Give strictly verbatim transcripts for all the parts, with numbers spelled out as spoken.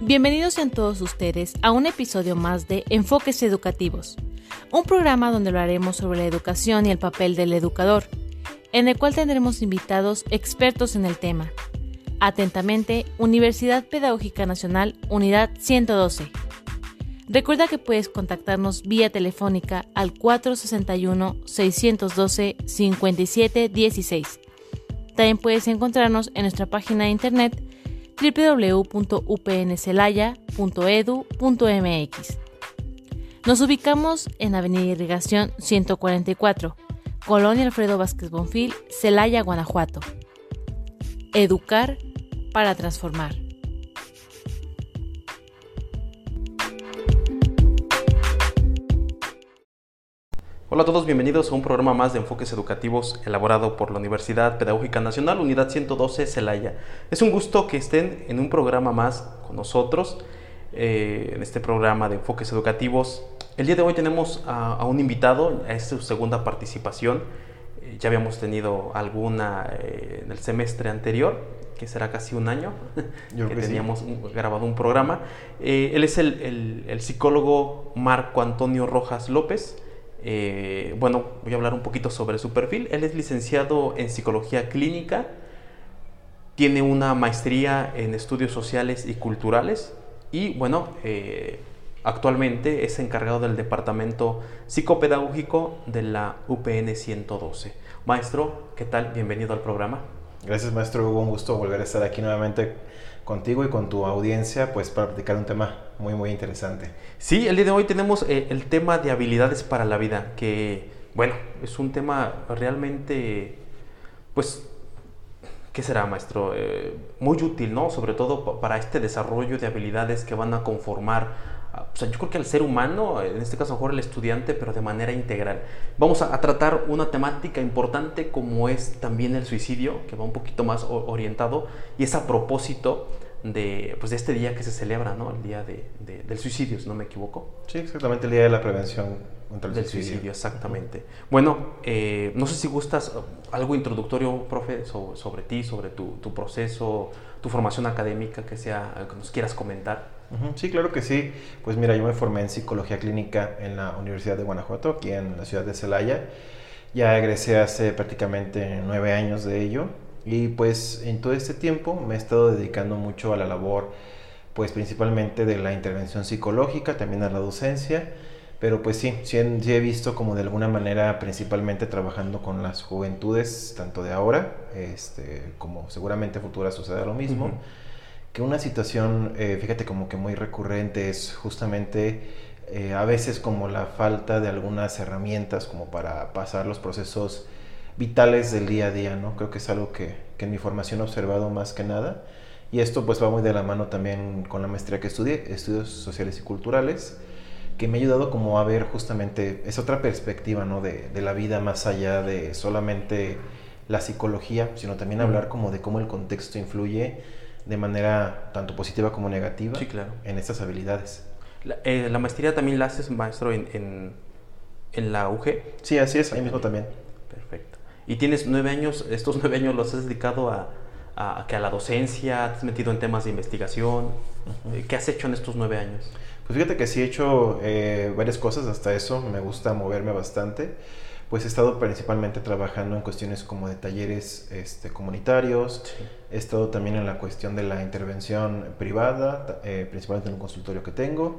Bienvenidos sean todos ustedes a un episodio más de Enfoques Educativos, un programa donde hablaremos sobre la educación y el papel del educador, en el cual tendremos invitados expertos en el tema. Atentamente, Universidad Pedagógica Nacional, Unidad ciento doce. Recuerda que puedes contactarnos vía telefónica al cuatro sesenta y uno, seiscientos doce, cincuenta y siete dieciséis. También puedes encontrarnos en nuestra página de internet doble u doble u doble u punto u p n celaya punto e d u punto m x. Nos ubicamos en Avenida Irrigación ciento cuarenta y cuatro, Colonia Alfredo Vázquez Bonfil, Celaya, Guanajuato. Educar para transformar. Hola a todos, bienvenidos a un programa más de Enfoques Educativos elaborado por la Universidad Pedagógica Nacional, Unidad ciento doce, Celaya. Es un gusto que estén en un programa más con nosotros, eh, en este programa de Enfoques Educativos. El día de hoy tenemos a, a un invitado, a esta su segunda participación. Eh, ya habíamos tenido alguna eh, en el semestre anterior, que será casi un año, Yo que teníamos sí. un, grabado un programa. Eh, él es el, el, el psicólogo Marco Antonio Rojas López. Eh, bueno, voy a hablar un poquito sobre su perfil. Él es licenciado en Psicología Clínica, tiene una maestría en Estudios Sociales y Culturales y, bueno, eh, actualmente es encargado del Departamento Psicopedagógico de la U P N ciento doce. Maestro, ¿qué tal? Bienvenido al programa. Gracias, maestro Hugo, un gusto volver a estar aquí nuevamente contigo y con tu audiencia, pues para platicar un tema muy muy interesante. Sí, el día de hoy tenemos eh, el tema de habilidades para la vida, que bueno, es un tema realmente, pues, ¿qué será, maestro? Eh, muy útil, ¿no? Sobre todo para este desarrollo de habilidades que van a conformar, o sea, yo creo que al ser humano, en este caso mejor el estudiante, pero de manera integral. Vamos a, a tratar una temática importante como es también el suicidio, que va un poquito más orientado, y es a propósito de, pues, de este día que se celebra, ¿no? El día de, de, del suicidio, si no me equivoco. Sí, exactamente, el día de la prevención contra el del suicidio. suicidio, exactamente. Uh-huh. Bueno, eh, no sé si gustas algo introductorio, profe, sobre, sobre ti, sobre tu, tu proceso, tu formación académica, que sea, que nos quieras comentar. Uh-huh. Sí, claro que sí. Pues mira, yo me formé en Psicología Clínica en la Universidad de Guanajuato, aquí en la ciudad de Celaya. Ya egresé hace prácticamente nueve años de ello. Y pues en todo este tiempo me he estado dedicando mucho a la labor, pues principalmente de la intervención psicológica, también a la docencia. Pero pues sí, sí he, sí he visto como de alguna manera, principalmente trabajando con las juventudes, tanto de ahora, este, como seguramente futura suceda lo mismo, uh-huh. que una situación, eh, fíjate, como que muy recurrente es justamente eh, a veces como la falta de algunas herramientas como para pasar los procesos vitales del día a día, ¿no? Creo que es algo que, que en mi formación he observado más que nada, y esto pues va muy de la mano también con la maestría que estudié, Estudios Sociales y Culturales, que me ha ayudado como a ver justamente esa otra perspectiva, ¿no? de, de la vida más allá de solamente la psicología, sino también uh-huh. hablar como de cómo el contexto influye de manera tanto positiva como negativa, sí, claro. en estas habilidades. La, eh, la maestría también la haces, maestro, en, en, en la U G. Sí, así es, ahí mismo también. Perfecto. Y tienes nueve años, estos nueve años los has dedicado a, a, a, que a la docencia, te has metido en temas de investigación. Uh-huh. ¿Qué has hecho en estos nueve años? Pues fíjate que sí he hecho eh, varias cosas, hasta eso, me gusta moverme bastante. Pues he estado principalmente trabajando en cuestiones como de talleres este, comunitarios, sí. He estado también en la cuestión de la intervención privada, eh, principalmente en un consultorio que tengo.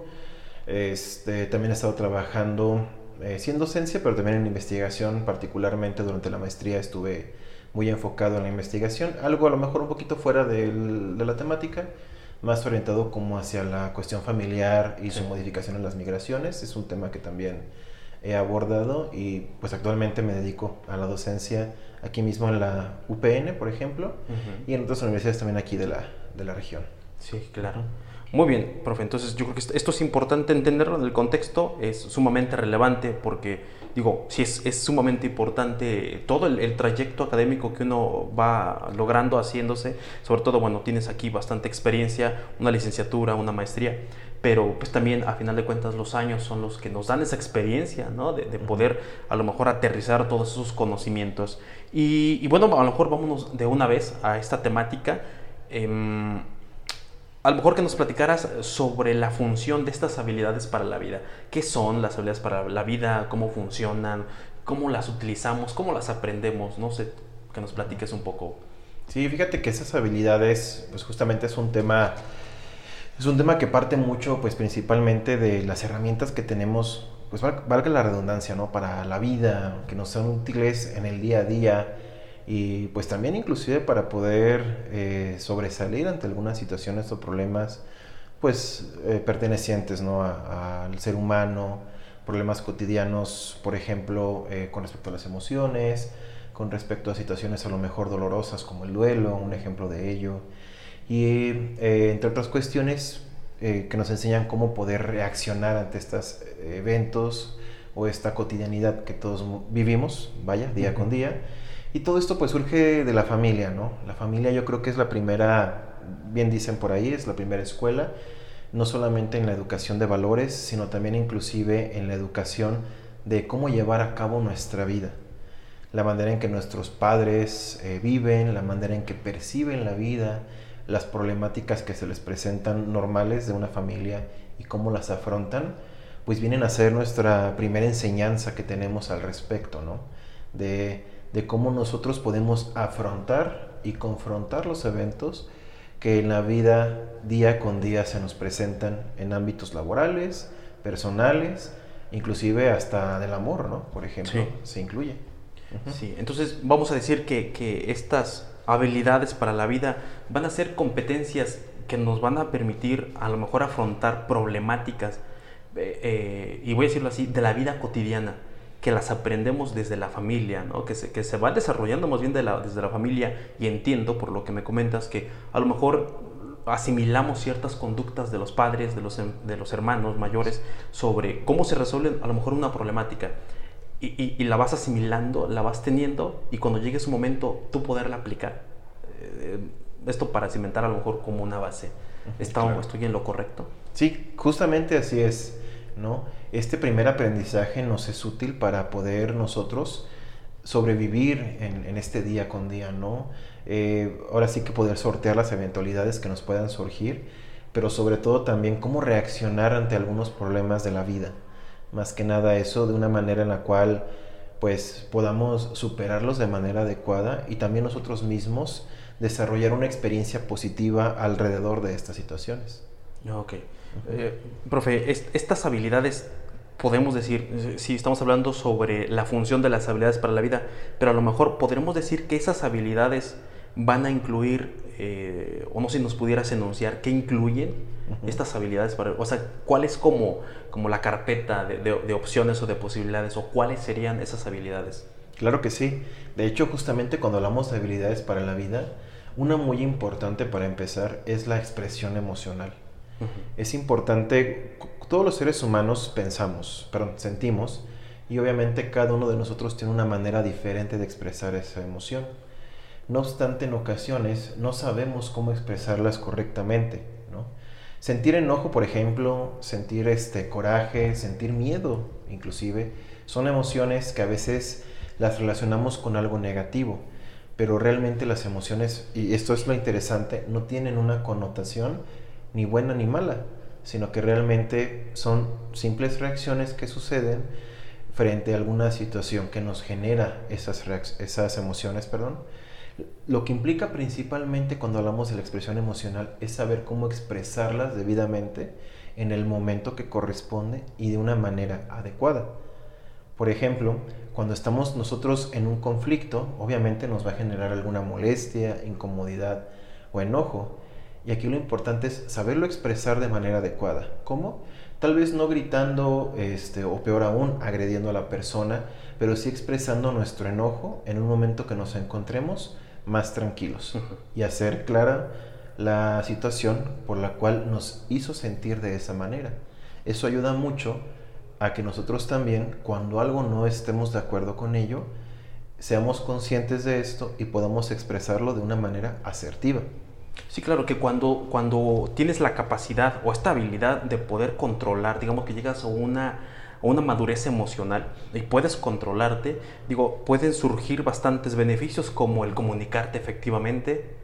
Este, también he estado trabajando eh, sí en docencia, pero también en investigación, particularmente durante la maestría estuve muy enfocado en la investigación, algo a lo mejor un poquito fuera del, de la temática, más orientado como hacia la cuestión familiar y sí. su modificación en las migraciones. Es un tema que también he abordado y pues actualmente me dedico a la docencia aquí mismo en la U P N, por ejemplo, uh-huh. y en otras universidades también aquí de la, de la región. Sí, claro. Muy bien, profe. Entonces yo creo que esto es importante entenderlo en el contexto, es sumamente relevante porque, digo, sí es, es sumamente importante todo el, el trayecto académico que uno va logrando, haciéndose. Sobre todo, bueno, tienes aquí bastante experiencia, una licenciatura, una maestría, pero pues también a final de cuentas los años son los que nos dan esa experiencia, ¿no? De, de poder a lo mejor aterrizar todos esos conocimientos. Y, y bueno, a lo mejor vámonos de una vez a esta temática. Eh, a lo mejor que nos platicaras sobre la función de estas habilidades para la vida. ¿Qué son las habilidades para la vida? ¿Cómo funcionan? ¿Cómo las utilizamos? ¿Cómo las aprendemos? No sé, que nos platiques un poco. Sí, fíjate que esas habilidades, pues justamente es un tema, es un tema que parte mucho, pues principalmente de las herramientas que tenemos, pues valga la redundancia, ¿no? Para la vida, que nos son útiles en el día a día y pues también inclusive para poder eh, sobresalir ante algunas situaciones o problemas, pues eh, pertenecientes, ¿no? a, al ser humano, problemas cotidianos, por ejemplo, eh, con respecto a las emociones, con respecto a situaciones a lo mejor dolorosas como el duelo, un ejemplo de ello, y eh, entre otras cuestiones eh, que nos enseñan cómo poder reaccionar ante estos eventos o esta cotidianidad que todos vivimos, vaya, día uh-huh. con día, y todo esto pues surge de la familia, ¿no? La familia yo creo que es la primera, bien dicen por ahí, es la primera escuela, no solamente en la educación de valores, sino también inclusive en la educación de cómo llevar a cabo nuestra vida. La manera en que nuestros padres eh, viven, la manera en que perciben la vida, las problemáticas que se les presentan normales de una familia y cómo las afrontan, pues vienen a ser nuestra primera enseñanza que tenemos al respecto, ¿no? De, de cómo nosotros podemos afrontar y confrontar los eventos que en la vida día con día se nos presentan en ámbitos laborales, personales, inclusive hasta del amor, ¿no? Por ejemplo, sí. se incluye. Uh-huh. Sí, entonces vamos a decir que, que estas habilidades para la vida van a ser competencias que nos van a permitir a lo mejor afrontar problemáticas, eh, eh, y voy a decirlo así, de la vida cotidiana, que las aprendemos desde la familia, ¿no? que, se, que se van desarrollando más bien de la, desde la familia, y entiendo por lo que me comentas que a lo mejor asimilamos ciertas conductas de los padres, de los, de los hermanos mayores, sobre cómo se resuelve a lo mejor una problemática. Y, y, y la vas asimilando, la vas teniendo, y cuando llegue su momento, tú poderla aplicar. Eh, esto para cimentar a lo mejor como una base. ¿Está, claro. ¿Estoy en lo correcto? Sí, justamente así es, ¿no? Este primer aprendizaje nos es útil para poder nosotros sobrevivir en, en este día con día, ¿no? Eh, ahora sí que poder sortear las eventualidades que nos puedan surgir, pero sobre todo también cómo reaccionar ante algunos problemas de la vida. Más que nada eso, de una manera en la cual pues podamos superarlos de manera adecuada y también nosotros mismos desarrollar una experiencia positiva alrededor de estas situaciones. Ok. Uh-huh. Eh, profe, est- estas habilidades, podemos decir, si estamos hablando sobre la función de las habilidades para la vida, pero a lo mejor podremos decir que esas habilidades van a incluir, eh, o no sé si nos pudieras enunciar, ¿qué incluyen uh-huh. estas habilidades? Para, o sea, ¿cuál es como, como la carpeta de, de, de opciones o de posibilidades, o cuáles serían esas habilidades? Claro que sí. De hecho, justamente cuando hablamos de habilidades para la vida, una muy importante para empezar es la expresión emocional. Uh-huh. Es importante, todos los seres humanos pensamos, perdón, sentimos, y obviamente cada uno de nosotros tiene una manera diferente de expresar esa emoción. No obstante, en ocasiones no sabemos cómo expresarlas correctamente, ¿no? Sentir enojo, por ejemplo, sentir este coraje, sentir miedo, inclusive, son emociones que a veces las relacionamos con algo negativo, pero realmente las emociones, y esto es lo interesante, no tienen una connotación ni buena ni mala, sino que realmente son simples reacciones que suceden frente a alguna situación que nos genera esas, reacc- esas emociones, perdón. Lo que implica principalmente cuando hablamos de la expresión emocional es saber cómo expresarlas debidamente en el momento que corresponde y de una manera adecuada. Por ejemplo, cuando estamos nosotros en un conflicto, obviamente nos va a generar alguna molestia, incomodidad o enojo. Y aquí lo importante es saberlo expresar de manera adecuada. ¿Cómo? Tal vez no gritando, este, o peor aún, agrediendo a la persona, pero sí expresando nuestro enojo en un momento que nos encontremos más tranquilos. Uh-huh. Y hacer clara la situación por la cual nos hizo sentir de esa manera. Eso ayuda mucho a que nosotros también, cuando algo no estemos de acuerdo con ello, seamos conscientes de esto y podamos expresarlo de una manera asertiva. Sí, claro, que cuando, cuando tienes la capacidad o esta habilidad de poder controlar, digamos que llegas a una, a una madurez emocional y puedes controlarte, digo, pueden surgir bastantes beneficios como el comunicarte efectivamente,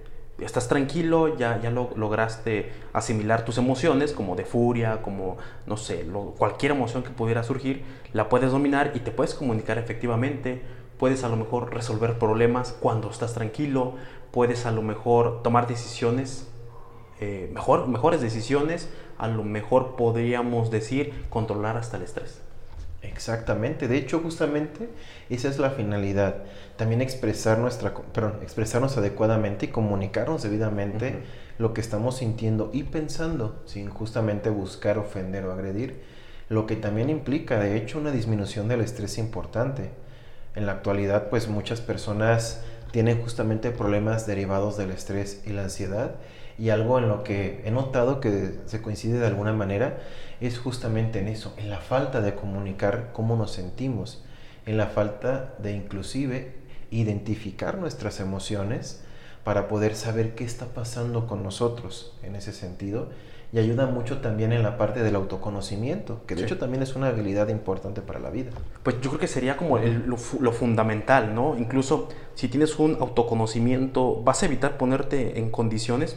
ya estás tranquilo, ya, ya lo, lograste asimilar tus emociones, como de furia, como, no sé, lo, cualquier emoción que pudiera surgir, la puedes dominar y te puedes comunicar efectivamente. Puedes a lo mejor resolver problemas cuando estás tranquilo, puedes a lo mejor tomar decisiones, eh, mejor, mejores decisiones, a lo mejor podríamos decir controlar hasta el estrés. Exactamente, de hecho justamente esa es la finalidad, también expresar nuestra, perdón, expresarnos adecuadamente y comunicarnos debidamente uh-huh. lo que estamos sintiendo y pensando, sin justamente buscar ofender o agredir, lo que también implica de hecho una disminución del estrés importante. En la actualidad pues muchas personas tienen justamente problemas derivados del estrés y la ansiedad, y algo en lo que he notado que se coincide de alguna manera es justamente en eso, en la falta de comunicar cómo nos sentimos, en la falta de inclusive identificar nuestras emociones para poder saber qué está pasando con nosotros en ese sentido, y ayuda mucho también en la parte del autoconocimiento, que de sí. hecho también es una habilidad importante para la vida. Pues yo creo que sería como el, lo, lo fundamental, ¿no? Incluso si tienes un autoconocimiento, vas a evitar ponerte en condiciones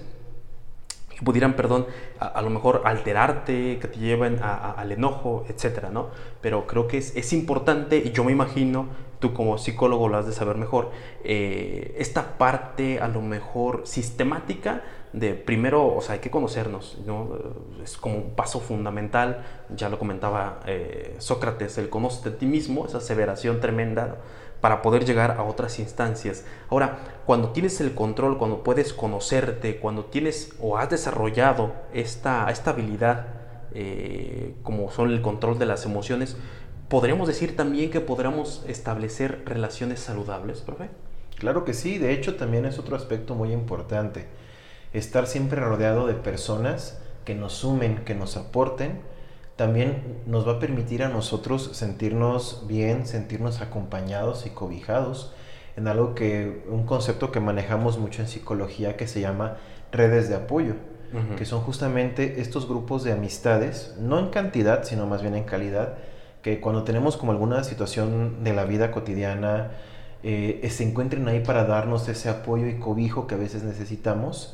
que pudieran, perdón, a, a lo mejor alterarte, que te lleven a, a, al enojo, etcétera, ¿no? Pero creo que es, es importante, y yo me imagino, tú como psicólogo lo has de saber mejor, eh, esta parte a lo mejor sistemática de primero, o sea, hay que conocernos, ¿no? Es como un paso fundamental, ya lo comentaba eh, Sócrates, el conócete a ti mismo, esa aseveración tremenda, ¿no? Para poder llegar a otras instancias. Ahora, cuando tienes el control, cuando puedes conocerte, cuando tienes o has desarrollado esta, esta habilidad, eh, como son el control de las emociones, ¿podríamos decir también que podríamos establecer relaciones saludables, profe? Claro que sí, de hecho también es otro aspecto muy importante. Estar siempre rodeado de personas que nos sumen, que nos aporten, también nos va a permitir a nosotros sentirnos bien, sentirnos acompañados y cobijados en algo que, un concepto que manejamos mucho en psicología que se llama redes de apoyo, uh-huh. que son justamente estos grupos de amistades, no en cantidad, sino más bien en calidad, que cuando tenemos como alguna situación de la vida cotidiana, eh, se encuentren ahí para darnos ese apoyo y cobijo que a veces necesitamos.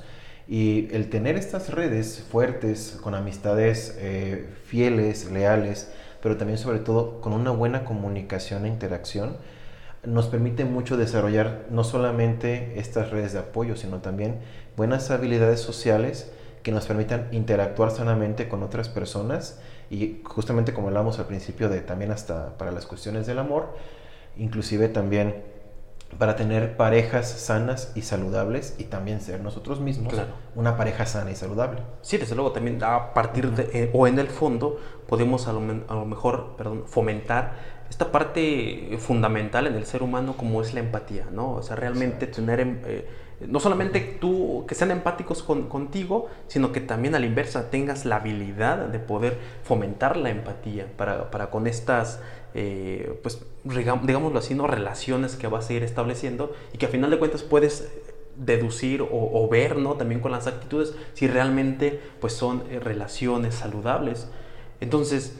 Y el tener estas redes fuertes, con amistades eh, fieles, leales, pero también sobre todo con una buena comunicación e interacción, nos permite mucho desarrollar no solamente estas redes de apoyo, sino también buenas habilidades sociales que nos permitan interactuar sanamente con otras personas, y justamente como hablábamos al principio de también hasta para las cuestiones del amor, inclusive también para tener parejas sanas y saludables, y también ser nosotros mismos claro. una pareja sana y saludable. Sí, desde luego también a partir de, eh, o en el fondo podemos a lo, a lo mejor perdón, fomentar esta parte fundamental en el ser humano como es la empatía, ¿no? O sea, realmente Exacto. tener, eh, no solamente tú, que sean empáticos con, contigo, sino que también a la inversa tengas la habilidad de poder fomentar la empatía para, para con estas Eh, pues digámoslo así, ¿no? relaciones que vas a ir estableciendo, y que a final de cuentas puedes deducir o, o ver, ¿no? también con las actitudes si realmente pues son eh, relaciones saludables. Entonces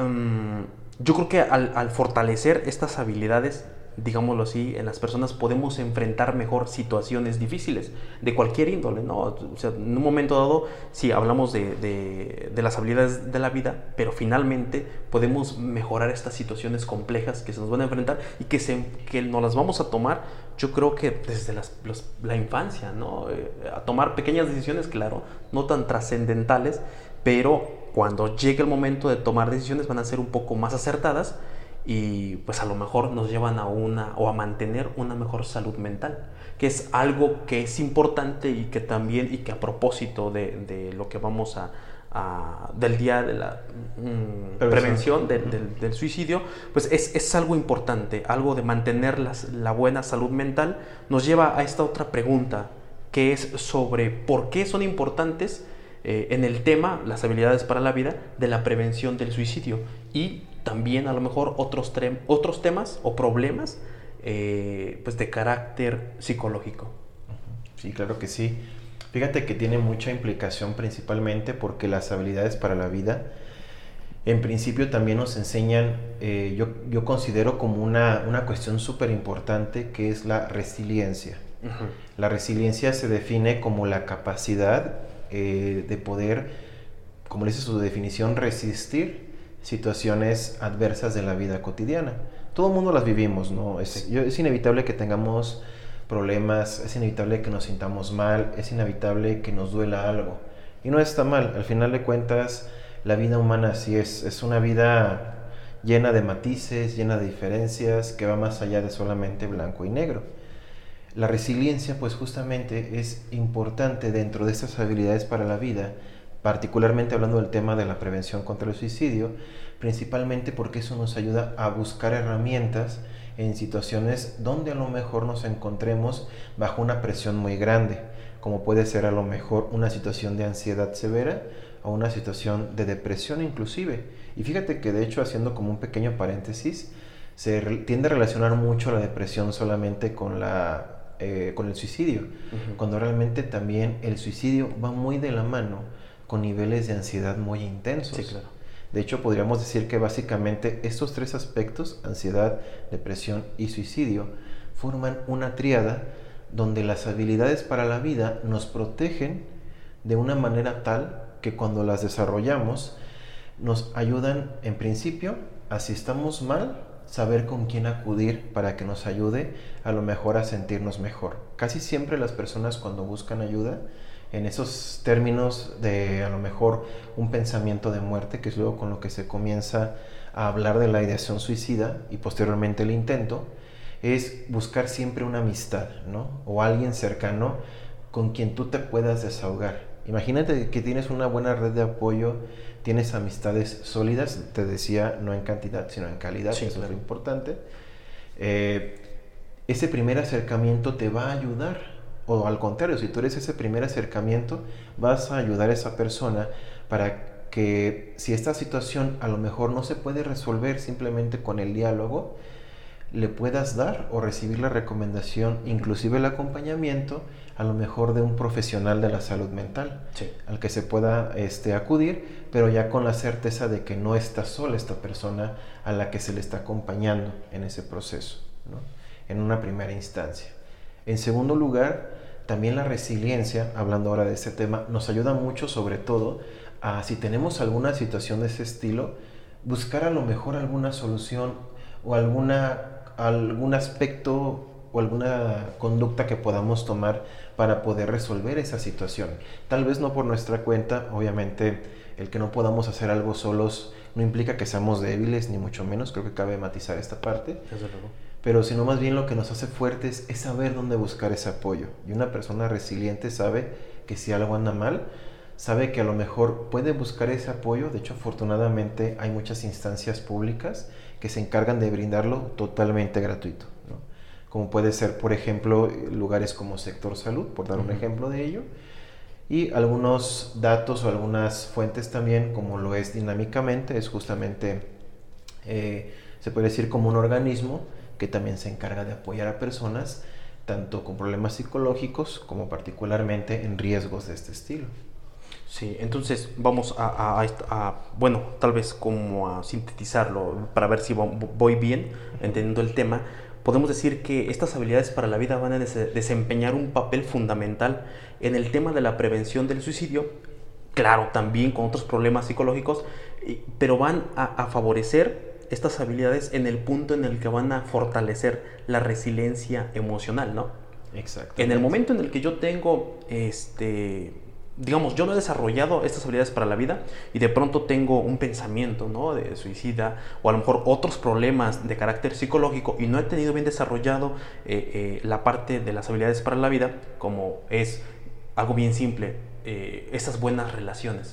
um, yo creo que al, al fortalecer estas habilidades, digámoslo así, en las personas podemos enfrentar mejor situaciones difíciles de cualquier índole, ¿no? O sea, en un momento dado, sí, hablamos de, de, de las habilidades de la vida, pero finalmente podemos mejorar estas situaciones complejas que se nos van a enfrentar y que, se, que nos las vamos a tomar, yo creo que desde las, los, la infancia, ¿no? Eh, a tomar pequeñas decisiones, claro, no tan trascendentales, pero cuando llegue el momento de tomar decisiones van a ser un poco más acertadas, y pues a lo mejor nos llevan a una o a mantener una mejor salud mental, que es algo que es importante y que también, y que a propósito de, de lo que vamos a, a del día de la mm, prevención de, de, del suicidio, pues es, es algo importante, algo de mantener las, la buena salud mental. Nos lleva a esta otra pregunta, que es sobre por qué son importantes eh, en el tema, las habilidades para la vida, de la prevención del suicidio, y también a lo mejor otros, tre- otros temas o problemas eh, pues de carácter psicológico. Sí, claro que sí. Fíjate que tiene mucha implicación, principalmente porque las habilidades para la vida en principio también nos enseñan, eh, yo, yo considero como una, una cuestión súper importante, que es la resiliencia. Uh-huh. La resiliencia se define como la capacidad eh, de poder, como dice su definición, resistir situaciones adversas de la vida cotidiana. Todo el mundo las vivimos, ¿no? Es, yo, es inevitable que tengamos problemas, es inevitable que nos sintamos mal, es inevitable que nos duela algo. Y no está mal, al final de cuentas, la vida humana así es, es una vida llena de matices, llena de diferencias, que va más allá de solamente blanco y negro. La resiliencia, pues justamente es importante dentro de estas habilidades para la vida, particularmente hablando del tema de la prevención contra el suicidio, principalmente porque eso nos ayuda a buscar herramientas en situaciones donde a lo mejor nos encontremos bajo una presión muy grande, como puede ser a lo mejor una situación de ansiedad severa o una situación de depresión inclusive. Y fíjate que de hecho, haciendo como un pequeño paréntesis, se re- tiende a relacionar mucho la depresión solamente con, la, eh, con el suicidio, uh-huh. cuando realmente también el suicidio va muy de la mano con niveles de ansiedad muy intensos. Sí, claro. De hecho, podríamos decir que básicamente estos tres aspectos, ansiedad, depresión y suicidio, forman una tríada donde las habilidades para la vida nos protegen de una manera tal que cuando las desarrollamos nos ayudan en principio a, si estamos mal, saber con quién acudir para que nos ayude a lo mejor a sentirnos mejor. Casi siempre las personas cuando buscan ayuda en esos términos de a lo mejor un pensamiento de muerte, que es luego con lo que se comienza a hablar de la ideación suicida y posteriormente el intento, es buscar siempre una amistad, ¿no? O alguien cercano con quien tú te puedas desahogar. Imagínate que tienes una buena red de apoyo, tienes amistades sólidas, te decía, no en cantidad, sino en calidad, sí, eso claro. es lo importante. Eh, ese primer acercamiento te va a ayudar. O al contrario, si tú eres ese primer acercamiento, vas a ayudar a esa persona para que si esta situación a lo mejor no se puede resolver simplemente con el diálogo, le puedas dar o recibir la recomendación, inclusive el acompañamiento, a lo mejor de un profesional de la salud mental, sí. al que se pueda este, acudir, pero ya con la certeza de que no está sola esta persona a la que se le está acompañando en ese proceso, ¿no? En una primera instancia. En segundo lugar, también la resiliencia, hablando ahora de este tema, nos ayuda mucho sobre todo a, si tenemos alguna situación de ese estilo, buscar a lo mejor alguna solución o alguna, algún aspecto o alguna conducta que podamos tomar para poder resolver esa situación. Tal vez no por nuestra cuenta, obviamente el que no podamos hacer algo solos no implica que seamos débiles, ni mucho menos, creo que cabe matizar esta parte. Desde luego. Pero sino más bien lo que nos hace fuertes es saber dónde buscar ese apoyo. Y una persona resiliente sabe que si algo anda mal, sabe que a lo mejor puede buscar ese apoyo. De hecho, afortunadamente hay muchas instancias públicas que se encargan de brindarlo totalmente gratuito, ¿no? Como puede ser, por ejemplo, lugares como Sector Salud, por dar uh-huh. un ejemplo de ello. Y algunos datos o algunas fuentes también, como lo es Dinámicamente, es justamente, eh, se puede decir como un organismo que también se encarga de apoyar a personas tanto con problemas psicológicos como particularmente en riesgos de este estilo. Sí, entonces vamos a, a, a bueno, tal vez como a sintetizarlo para ver si voy bien entendiendo el tema. Podemos decir que estas habilidades para la vida van a des- desempeñar un papel fundamental en el tema de la prevención del suicidio, claro, también con otros problemas psicológicos, pero van a, a favorecer estas habilidades en el punto en el que van a fortalecer la resiliencia emocional, ¿no? Exacto. En el momento en el que yo tengo, este, digamos, yo no he desarrollado estas habilidades para la vida y de pronto tengo un pensamiento, ¿no?, de suicida o a lo mejor otros problemas de carácter psicológico y no he tenido bien desarrollado eh, eh, la parte de las habilidades para la vida, como es algo bien simple, eh, esas buenas relaciones.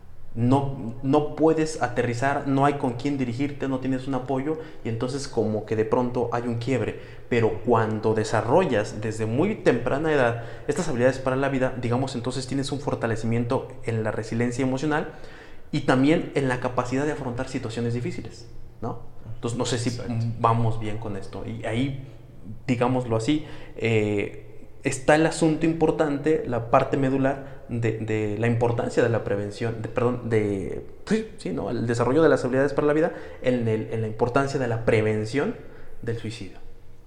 No, no puedes aterrizar, no hay con quién dirigirte, no tienes un apoyo y entonces como que de pronto hay un quiebre. Pero cuando desarrollas desde muy temprana edad estas habilidades para la vida, digamos, entonces tienes un fortalecimiento en la resiliencia emocional y también en la capacidad de afrontar situaciones difíciles, ¿no? Entonces no sé si Exacto. vamos bien con esto. Y ahí, digámoslo así, eh, está el asunto importante, la parte medular de, de la importancia de la prevención, de, perdón, de sí, sí, ¿no? el desarrollo de las habilidades para la vida, en, el, en la importancia de la prevención del suicidio.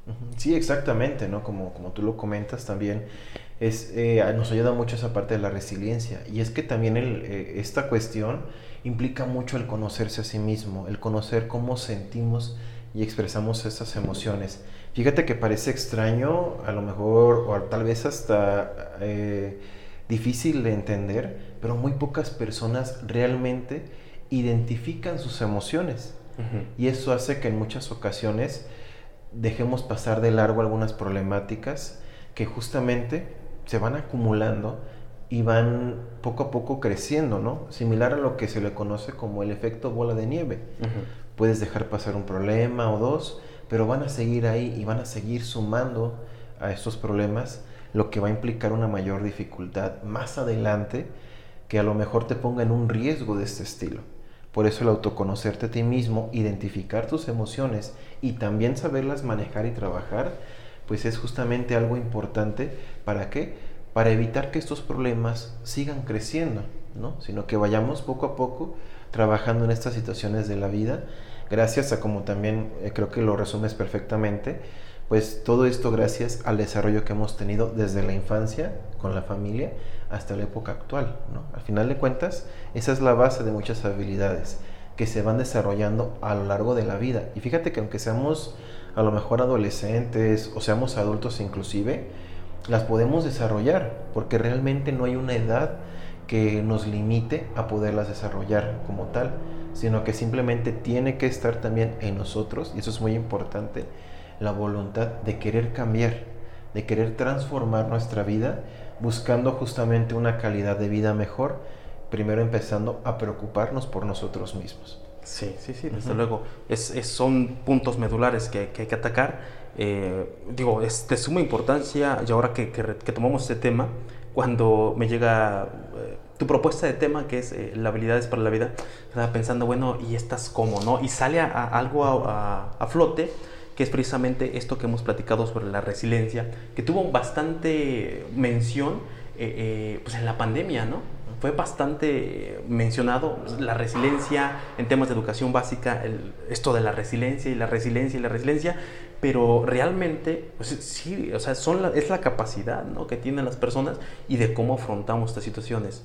Sí, exactamente, ¿no? Como, como tú lo comentas también, es, eh, nos ayuda mucho esa parte de la resiliencia. Y es que también el, eh, esta cuestión implica mucho el conocerse a sí mismo, el conocer cómo sentimos y expresamos esas emociones. Fíjate que parece extraño, a lo mejor, o tal vez hasta eh, difícil de entender, pero muy pocas personas realmente identifican sus emociones. Uh-huh. Y eso hace que en muchas ocasiones dejemos pasar de largo algunas problemáticas que justamente se van acumulando y van poco a poco creciendo, ¿no? Similar a lo que se le conoce como el efecto bola de nieve. Uh-huh. Puedes dejar pasar un problema o dos, pero van a seguir ahí y van a seguir sumando a estos problemas, lo que va a implicar una mayor dificultad más adelante que a lo mejor te ponga en un riesgo de este estilo. Por eso el autoconocerte a ti mismo, identificar tus emociones y también saberlas manejar y trabajar, pues es justamente algo importante. ¿Para qué? Para evitar que estos problemas sigan creciendo, ¿no? Sino que vayamos poco a poco trabajando en estas situaciones de la vida, gracias a, como también eh, creo que lo resumes perfectamente, pues todo esto gracias al desarrollo que hemos tenido desde la infancia con la familia hasta la época actual, ¿no? Al final de cuentas, esa es la base de muchas habilidades que se van desarrollando a lo largo de la vida. Y fíjate que aunque seamos a lo mejor adolescentes o seamos adultos inclusive, las podemos desarrollar, porque realmente no hay una edad que nos limite a poderlas desarrollar como tal, sino que simplemente tiene que estar también en nosotros, y eso es muy importante, la voluntad de querer cambiar, de querer transformar nuestra vida, buscando justamente una calidad de vida mejor, primero empezando a preocuparnos por nosotros mismos. Sí, sí, sí, desde uh-huh. luego. Es, es, son puntos medulares que, que hay que atacar. Eh, digo, es de suma importancia, y ahora que, que, que tomamos este tema, cuando me llega eh, tu propuesta de tema, que es eh, la habilidades para la vida, estaba pensando, bueno, ¿y estas cómo, no? Y sale a, a algo a, a, a flote, que es precisamente esto que hemos platicado sobre la resiliencia, que tuvo bastante mención eh, eh, pues en la pandemia, ¿no? Fue bastante mencionado la resiliencia en temas de educación básica, el, esto de la resiliencia y la resiliencia y la resiliencia, pero realmente, pues sí, o sea, son la, es la capacidad, ¿no?, que tienen las personas y de cómo afrontamos estas situaciones,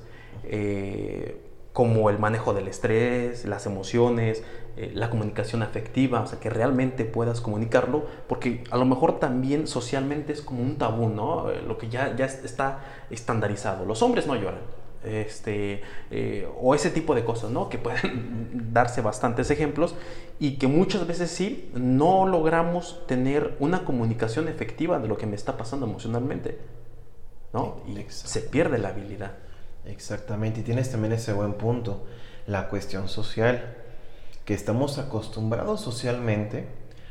eh, como el manejo del estrés, las emociones, eh, la comunicación afectiva, o sea, que realmente puedas comunicarlo, porque a lo mejor también socialmente es como un tabú, ¿no?, eh, lo que ya, ya está estandarizado. Los hombres no lloran. Este, eh, o ese tipo de cosas, ¿no?, que pueden darse bastantes ejemplos y que muchas veces sí no logramos tener una comunicación efectiva de lo que me está pasando emocionalmente, ¿no? Y se pierde la habilidad. Exactamente, y tienes también ese buen punto, la cuestión social, que estamos acostumbrados socialmente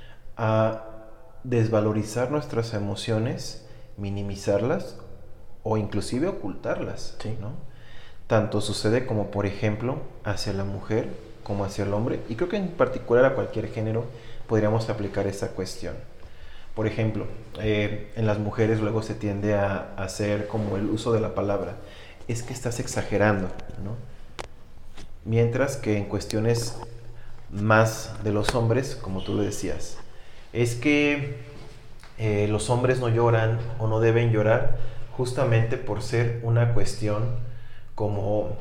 a desvalorizar nuestras emociones, minimizarlas o inclusive ocultarlas, sí, ¿no? Tanto sucede como, por ejemplo, hacia la mujer como hacia el hombre, y creo que en particular a cualquier género podríamos aplicar esa cuestión. Por ejemplo, eh, en las mujeres luego se tiende a, a hacer como el uso de la palabra, es que estás exagerando, ¿no? Mientras que en cuestiones más de los hombres, como tú lo decías, es que eh, los hombres no lloran o no deben llorar justamente por ser una cuestión como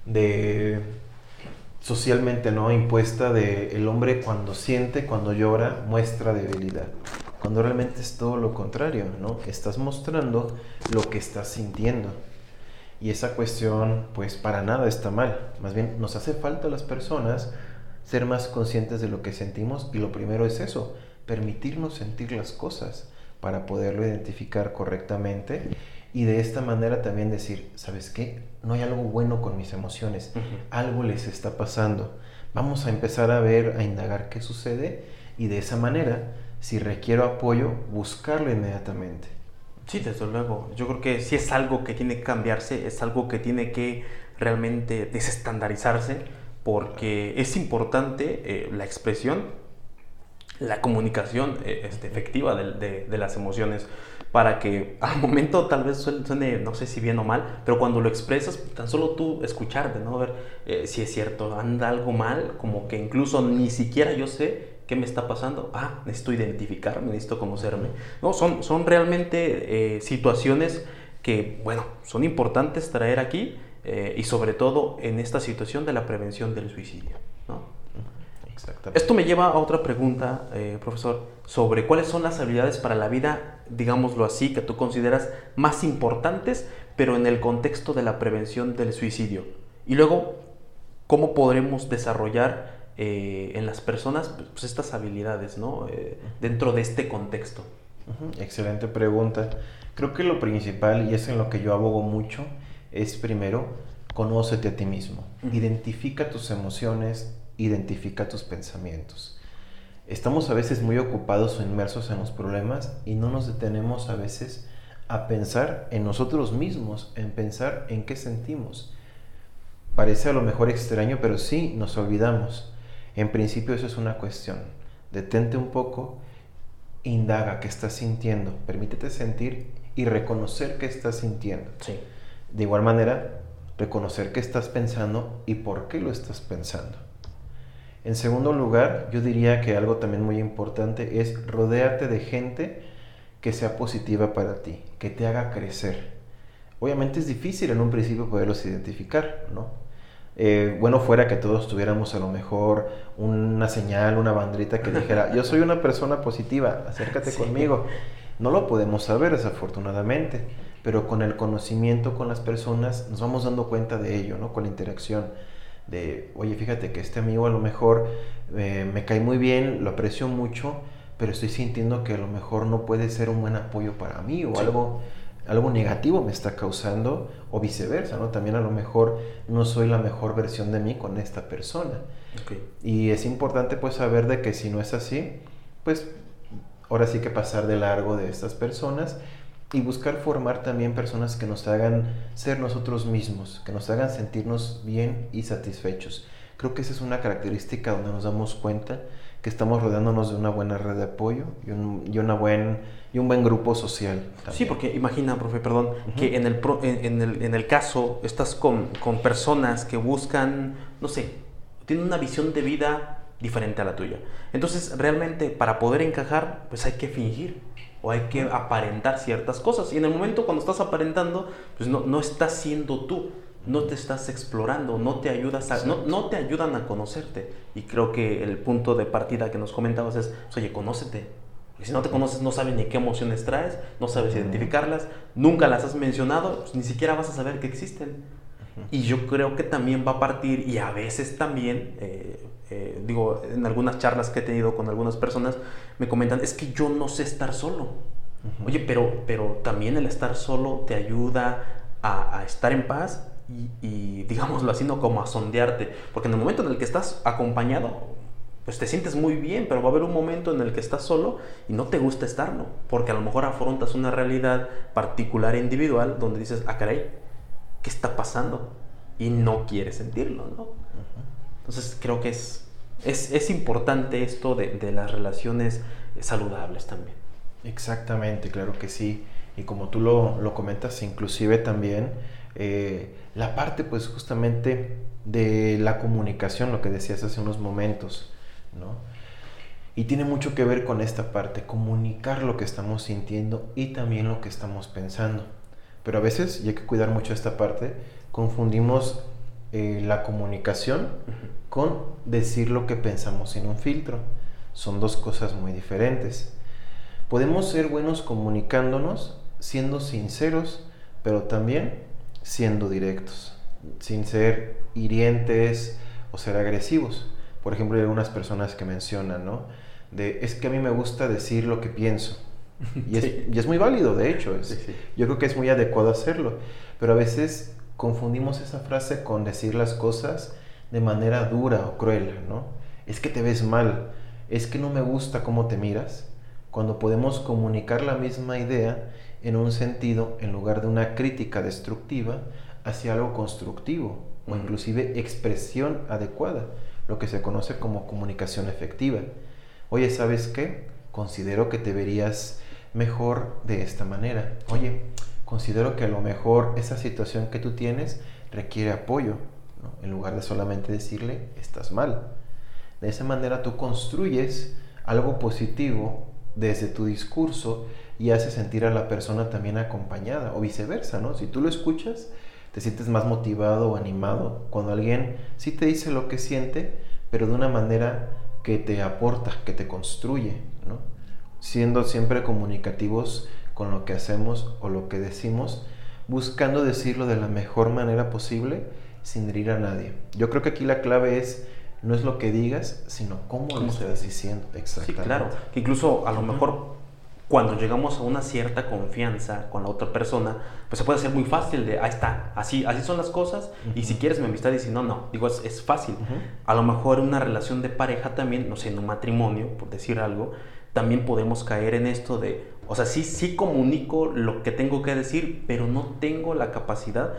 de socialmente, ¿no?, impuesta de el hombre cuando siente, cuando llora, muestra debilidad, cuando realmente es todo lo contrario, ¿no? Estás mostrando lo que estás sintiendo, y esa cuestión pues para nada está mal, más bien nos hace falta a las personas ser más conscientes de lo que sentimos, y lo primero es eso, permitirnos sentir las cosas para poderlo identificar correctamente. Y de esta manera también decir, ¿sabes qué? No hay algo bueno con mis emociones, uh-huh. algo les está pasando. Vamos a empezar a ver, a indagar qué sucede, y de esa manera, si requiero apoyo, buscarlo inmediatamente. Sí, desde luego. Yo creo que sí es algo que tiene que cambiarse, es algo que tiene que realmente desestandarizarse, porque es importante eh, la expresión, la comunicación eh, este, efectiva de, de, de las emociones, para que al momento tal vez suene, no sé si bien o mal, pero cuando lo expresas, tan solo tú escucharte, ¿no? Ver eh, si es cierto, anda algo mal, como que incluso ni siquiera yo sé qué ¿Qué me está pasando? Ah, necesito identificarme, necesito conocerme. No, son, son realmente eh, situaciones que, bueno, son importantes traer aquí eh, y sobre todo en esta situación de la prevención del suicidio, ¿no? Exactamente. Esto me lleva a otra pregunta, eh, profesor, sobre cuáles son las habilidades para la vida, digámoslo así, que tú consideras más importantes, pero en el contexto de la prevención del suicidio. Y luego, ¿cómo podremos desarrollar eh, en las personas pues, estas habilidades, ¿no? eh, dentro de este contexto? Uh-huh. Excelente pregunta. Creo que lo principal, y es en lo que yo abogo mucho, es primero, conócete a ti mismo. Uh-huh. Identifica tus emociones, identifica tus pensamientos. Estamos a veces muy ocupados o inmersos en los problemas y no nos detenemos a veces a pensar en nosotros mismos, en pensar en qué sentimos. Parece a lo mejor extraño, pero sí nos olvidamos. En principio eso es una cuestión. Detente un poco, indaga qué estás sintiendo, permítete sentir y reconocer qué estás sintiendo. Sí. De igual manera, reconocer qué estás pensando y por qué lo estás pensando. En segundo lugar, yo diría que algo también muy importante es rodéate de gente que sea positiva para ti, que te haga crecer. Obviamente es difícil en un principio poderlos identificar, ¿no? Eh, bueno fuera que todos tuviéramos a lo mejor una señal, una banderita que dijera yo soy una persona positiva, acércate sí. conmigo. No lo podemos saber desafortunadamente, pero con el conocimiento con las personas nos vamos dando cuenta de ello, ¿no? Con la interacción de, oye, fíjate que este amigo a lo mejor eh, me cae muy bien, lo aprecio mucho, pero estoy sintiendo que a lo mejor no puede ser un buen apoyo para mí o sí. algo, algo negativo me está causando, o viceversa, ¿no? También a lo mejor no soy la mejor versión de mí con esta persona. Okay. Y es importante pues saber de que si no es así, pues ahora sí que pasar de largo de estas personas y buscar formar también personas que nos hagan ser nosotros mismos, que nos hagan sentirnos bien y satisfechos. Creo que esa es una característica donde nos damos cuenta que estamos rodeándonos de una buena red de apoyo y un, y una buen, y un buen grupo social. También. Sí, porque imagina, profe, perdón, uh-huh. que en el, pro, en, en, el, en el caso estás con, con personas que buscan, no sé, tienen una visión de vida diferente a la tuya. Entonces, realmente, para poder encajar, pues hay que fingir o hay que aparentar ciertas cosas. Y en el momento cuando estás aparentando, pues no, no estás siendo tú, no te estás explorando, no te ayudas a, no, no te ayudan a conocerte. Y creo que el punto de partida que nos comentabas es, pues, oye, conócete. Porque si no te conoces, no sabes ni qué emociones traes, no sabes identificarlas, nunca las has mencionado, pues ni siquiera vas a saber que existen. Y yo creo que también va a partir, y a veces también, eh, eh, digo, en algunas charlas que he tenido con algunas personas, me comentan, es que yo no sé estar solo. Uh-huh. Oye, pero, pero también el estar solo te ayuda a, a estar en paz y, y, digámoslo así, no como a sondearte. Porque en el momento en el que estás acompañado, pues te sientes muy bien, pero va a haber un momento en el que estás solo y no te gusta estarlo. Porque a lo mejor afrontas una realidad particular e individual donde dices, ah, caray, ¿qué está pasando? Y no quieres sentirlo, ¿no? Uh-huh. Entonces creo que es, es, es importante esto de, de las relaciones saludables también. Exactamente, claro que sí. Y como tú lo, lo comentas, inclusive también eh, la parte pues justamente de la comunicación, lo que decías hace unos momentos, ¿no? Y tiene mucho que ver con esta parte, comunicar lo que estamos sintiendo y también lo que estamos pensando. Pero a veces, y hay que cuidar mucho esta parte, confundimos eh, la comunicación uh-huh. con decir lo que pensamos sin un filtro. Son dos cosas muy diferentes. Podemos ser buenos comunicándonos, siendo sinceros, pero también siendo directos, sin ser hirientes o ser agresivos. Por ejemplo, hay algunas personas que mencionan, ¿no? De, es que a mí me gusta decir lo que pienso. Y es, sí. y es muy válido, de hecho. Es, sí, sí. Yo creo que es muy adecuado hacerlo. Pero a veces confundimos esa frase con decir las cosas de manera dura o cruel, ¿no? Es que te ves mal, es que no me gusta cómo te miras. Cuando podemos comunicar la misma idea en un sentido, en lugar de una crítica destructiva, hacia algo constructivo o inclusive expresión adecuada, lo que se conoce como comunicación efectiva. Oye, ¿sabes qué? Considero que te verías mejor de esta manera. Oye, considero que a lo mejor esa situación que tú tienes requiere apoyo, ¿no? En lugar de solamente decirle, estás mal. De esa manera tú construyes algo positivo desde tu discurso y hace sentir a la persona también acompañada, o viceversa, ¿no? Si tú lo escuchas, te sientes más motivado o animado cuando alguien sí te dice lo que siente, pero de una manera que te aporta, que te construye, ¿no? Siendo siempre comunicativos con lo que hacemos o lo que decimos, buscando decirlo de la mejor manera posible sin herir a nadie. Yo creo que aquí la clave es, no es lo que digas, sino cómo, ¿Cómo lo estás diciendo. Exactamente. Sí, claro. Que incluso a lo mejor cuando llegamos a una cierta confianza con la otra persona, pues se puede hacer muy fácil de, ahí está, así, así son las cosas, uh-huh. y si quieres mi amistad, y si no, no. Digo, es, es fácil. Uh-huh. A lo mejor en una relación de pareja también, no sé, en un matrimonio, por decir algo, también podemos caer en esto de, o sea, sí, sí comunico lo que tengo que decir, pero no tengo la capacidad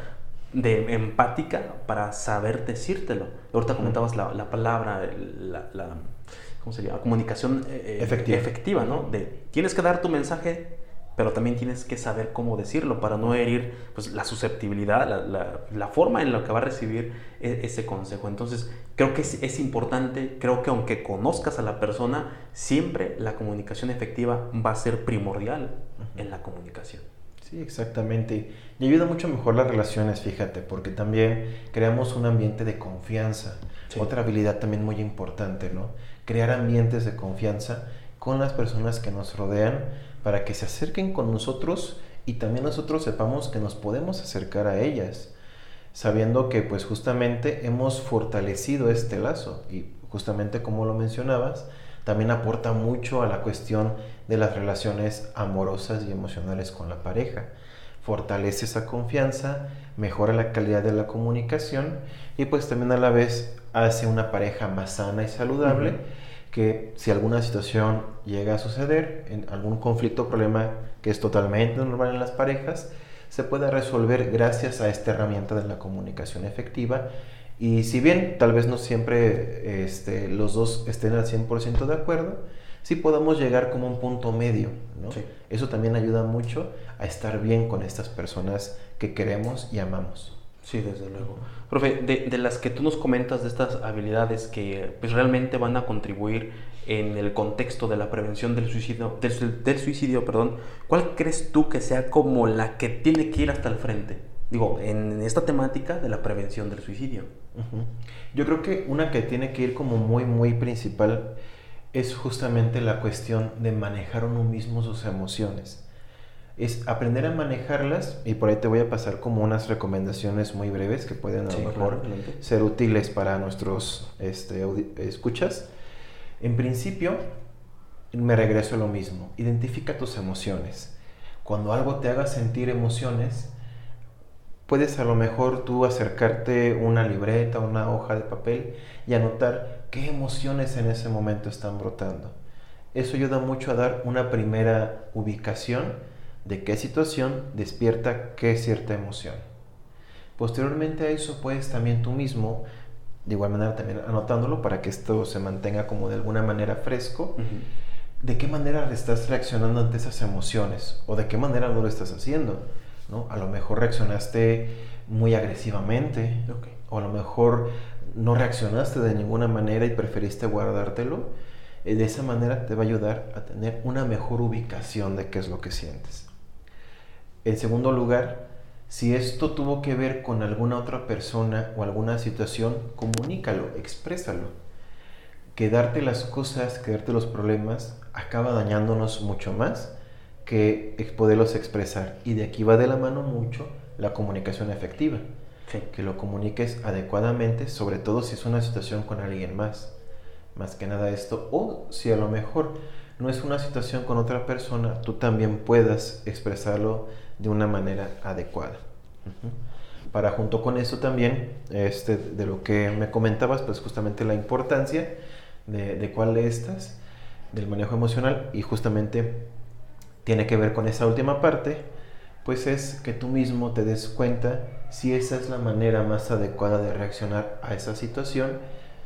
de empática para saber decírtelo. Ahorita comentabas la, la palabra, la, la, ¿cómo se llama? Comunicación eh, efectiva. efectiva, ¿no? De tienes que dar tu mensaje, pero también tienes que saber cómo decirlo para no herir pues, la susceptibilidad, la, la, la forma en la que va a recibir ese consejo. Entonces, creo que es, es importante, creo que aunque conozcas a la persona, siempre la comunicación efectiva va a ser primordial uh-huh. en la comunicación. Sí, exactamente. Y ayuda mucho a mejorar las relaciones, fíjate, porque también creamos un ambiente de confianza. Sí. Otra habilidad también muy importante, ¿no? Crear ambientes de confianza con las personas que nos rodean para que se acerquen con nosotros y también nosotros sepamos que nos podemos acercar a ellas, sabiendo que pues justamente hemos fortalecido este lazo y justamente como lo mencionabas, también aporta mucho a la cuestión de las relaciones amorosas y emocionales con la pareja. Fortalece esa confianza, mejora la calidad de la comunicación y pues también a la vez hace una pareja más sana y saludable, uh-huh. que si alguna situación llega a suceder, en algún conflicto o problema que es totalmente normal en las parejas, se puede resolver gracias a esta herramienta de la comunicación efectiva. Y si bien tal vez no siempre este, los dos estén al cien por ciento de acuerdo, sí podemos llegar como un punto medio, ¿no? Sí. Eso también ayuda mucho a estar bien con estas personas que queremos y amamos. Sí, desde luego. Profe, de, de las que tú nos comentas, de estas habilidades que pues, realmente van a contribuir en el contexto de la prevención del suicidio, del, del suicidio, perdón, ¿cuál crees tú que sea como la que tiene que ir hasta el frente? Digo, en esta temática de la prevención del suicidio. Uh-huh. Yo creo que una que tiene que ir como muy, muy principal es justamente la cuestión de manejar uno mismo sus emociones. Es aprender a manejarlas, y por ahí te voy a pasar como unas recomendaciones muy breves que pueden a sí, lo mejor claro, ser útiles para nuestros este, escuchas. En principio, me regreso a lo mismo. Identifica tus emociones. Cuando algo te haga sentir emociones, puedes a lo mejor tú acercarte una libreta, una hoja de papel y anotar qué emociones en ese momento están brotando. Eso ayuda mucho a dar una primera ubicación de qué situación despierta qué cierta emoción. Posteriormente a eso puedes también tú mismo, de igual manera también anotándolo para que esto se mantenga como de alguna manera fresco, uh-huh. de qué manera estás reaccionando ante esas emociones o de qué manera no lo estás haciendo, ¿no? A lo mejor reaccionaste muy agresivamente, okay. o a lo mejor no reaccionaste de ninguna manera y preferiste guardártelo. De esa manera te va a ayudar a tener una mejor ubicación de qué es lo que sientes. En segundo lugar, si esto tuvo que ver con alguna otra persona o alguna situación, comunícalo, exprésalo. Quedarte las cosas, quedarte los problemas, acaba dañándonos mucho más que poderlos expresar. Y de aquí va de la mano mucho la comunicación efectiva. Sí. Que lo comuniques adecuadamente, sobre todo si es una situación con alguien más. Más que nada esto, o si a lo mejor no es una situación con otra persona, tú también puedas expresarlo de una manera adecuada. Uh-huh. Para junto con eso también, este, de lo que me comentabas, pues justamente la importancia de, de cuál de estas, del manejo emocional, y justamente tiene que ver con esa última parte, pues es que tú mismo te des cuenta si esa es la manera más adecuada de reaccionar a esa situación.